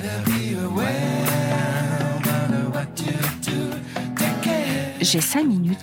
J'ai 5 minutes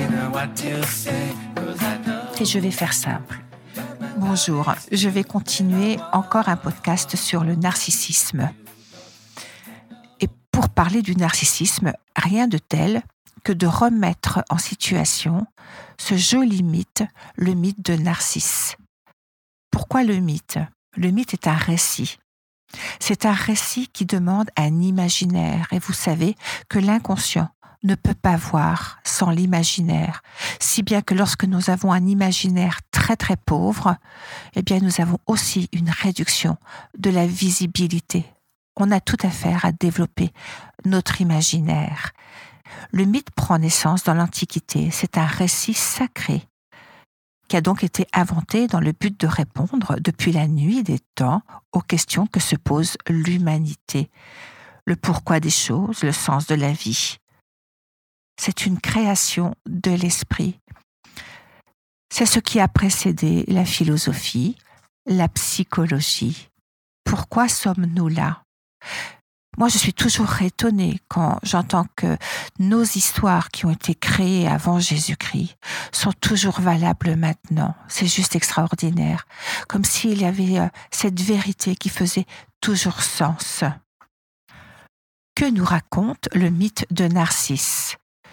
et je vais faire simple. Bonjour, je vais continuer encore un podcast sur le narcissisme. Et pour parler du narcissisme, rien de tel que de remettre en situation ce joli mythe, le mythe de Narcisse. Pourquoi le mythe ? Le mythe est un récit. C'est un récit qui demande un imaginaire. Et vous savez que l'inconscient ne peut pas voir sans l'imaginaire. Si bien que lorsque nous avons un imaginaire très très pauvre, eh bien nous avons aussi une réduction de la visibilité. On a tout à faire à développer notre imaginaire. Le mythe prend naissance dans l'Antiquité. C'est un récit sacré qui a donc été inventé dans le but de répondre depuis la nuit des temps aux questions que se pose l'humanité. Le pourquoi des choses, le sens de la vie. C'est une création de l'esprit. C'est ce qui a précédé la philosophie, la psychologie. Pourquoi sommes-nous là ? Moi, je suis toujours étonnée quand j'entends que nos histoires qui ont été créées avant Jésus-Christ sont toujours valables maintenant. C'est juste extraordinaire. Comme s'il y avait cette vérité qui faisait toujours sens. Que nous raconte le mythe de Narcisse ?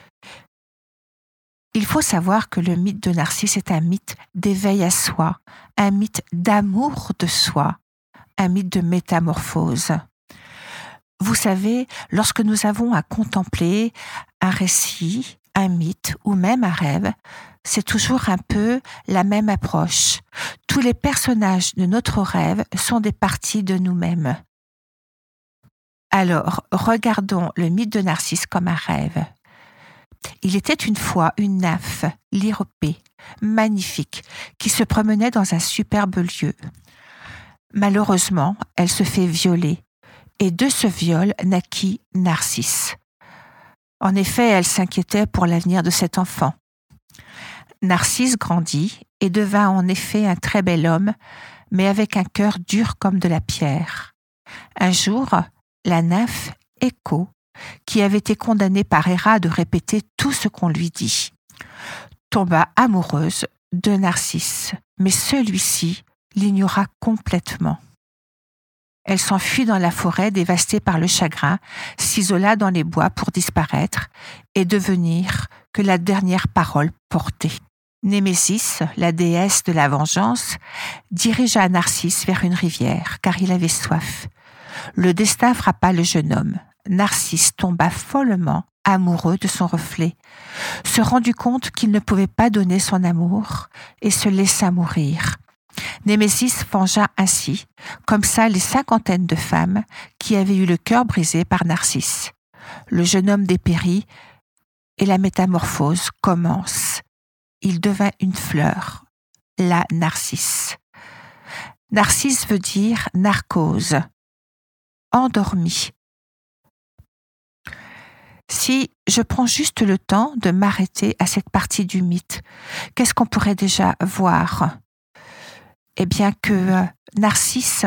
Il faut savoir que le mythe de Narcisse est un mythe d'éveil à soi, un mythe d'amour de soi, un mythe de métamorphose. Vous savez, lorsque nous avons à contempler un récit, un mythe ou même un rêve, c'est toujours un peu la même approche. Tous les personnages de notre rêve sont des parties de nous-mêmes. Alors, regardons le mythe de Narcisse comme un rêve. Il était une fois une nymphe, l'Iropée, magnifique, qui se promenait dans un superbe lieu. Malheureusement, elle se fait violer. Et de ce viol naquit Narcisse. En effet, elle s'inquiétait pour l'avenir de cet enfant. Narcisse grandit et devint en effet un très bel homme, mais avec un cœur dur comme de la pierre. Un jour, la nymphe Écho, qui avait été condamnée par Héra de répéter tout ce qu'on lui dit, tomba amoureuse de Narcisse, mais celui-ci l'ignora complètement. Elle s'enfuit dans la forêt dévastée par le chagrin, s'isola dans les bois pour disparaître et devenir que la dernière parole portée. Némésis, la déesse de la vengeance, dirigea Narcisse vers une rivière, car il avait soif. Le destin frappa le jeune homme. Narcisse tomba follement amoureux de son reflet, se rendit compte qu'il ne pouvait pas donner son amour et se laissa mourir. Némésis vengea ainsi, comme ça, les 50 de femmes qui avaient eu le cœur brisé par Narcisse. Le jeune homme dépérit et la métamorphose commence. Il devint une fleur, la Narcisse. Narcisse veut dire narcose, endormi. Si je prends juste le temps de m'arrêter à cette partie du mythe, qu'est-ce qu'on pourrait déjà voir ? Eh bien que Narcisse,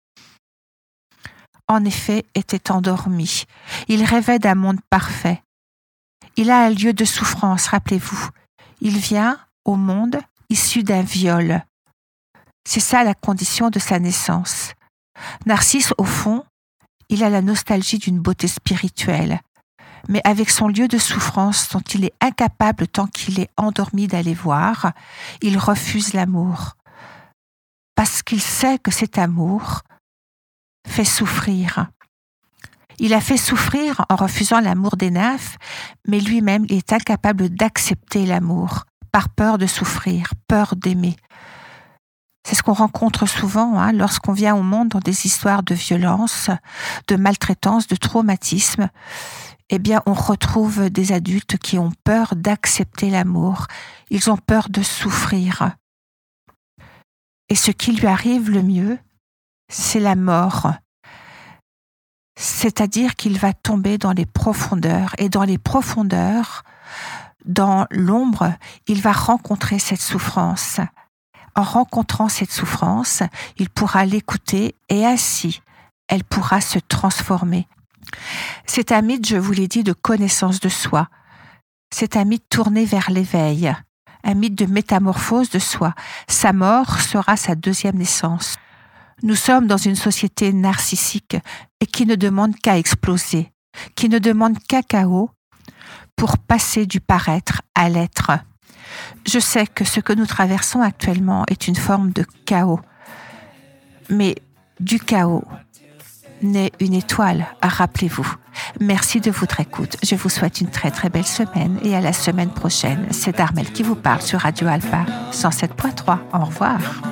en effet, était endormi. Il rêvait d'un monde parfait. Il a un lieu de souffrance, rappelez-vous. Il vient au monde issu d'un viol. C'est ça la condition de sa naissance. Narcisse, au fond, il a la nostalgie d'une beauté spirituelle, mais avec son lieu de souffrance dont il est incapable tant qu'il est endormi d'aller voir, il refuse l'amour. Parce qu'il sait que cet amour fait souffrir. Il a fait souffrir en refusant l'amour des nymphes, mais lui-même il est incapable d'accepter l'amour, par peur de souffrir, peur d'aimer. C'est ce qu'on rencontre souvent lorsqu'on vient au monde dans des histoires de violence, de maltraitance, de traumatisme. Eh bien, on retrouve des adultes qui ont peur d'accepter l'amour. Ils ont peur de souffrir. Et ce qui lui arrive le mieux, c'est la mort. C'est-à-dire qu'il va tomber dans les profondeurs. Et dans les profondeurs, dans l'ombre, il va rencontrer cette souffrance. En rencontrant cette souffrance, il pourra l'écouter et ainsi elle pourra se transformer. C'est un mythe, je vous l'ai dit, de connaissance de soi. C'est un mythe tourné vers l'éveil, un mythe de métamorphose de soi. Sa mort sera sa deuxième naissance. Nous sommes dans une société narcissique et qui ne demande qu'à exploser, qui ne demande qu'à chaos pour passer du paraître à l'être. Je sais que ce que nous traversons actuellement est une forme de chaos, mais du chaos naît une étoile, rappelez-vous. Merci de votre écoute. Je vous souhaite une très très belle semaine et à la semaine prochaine. C'est Darmel qui vous parle sur Radio Alpa 107.3. Au revoir.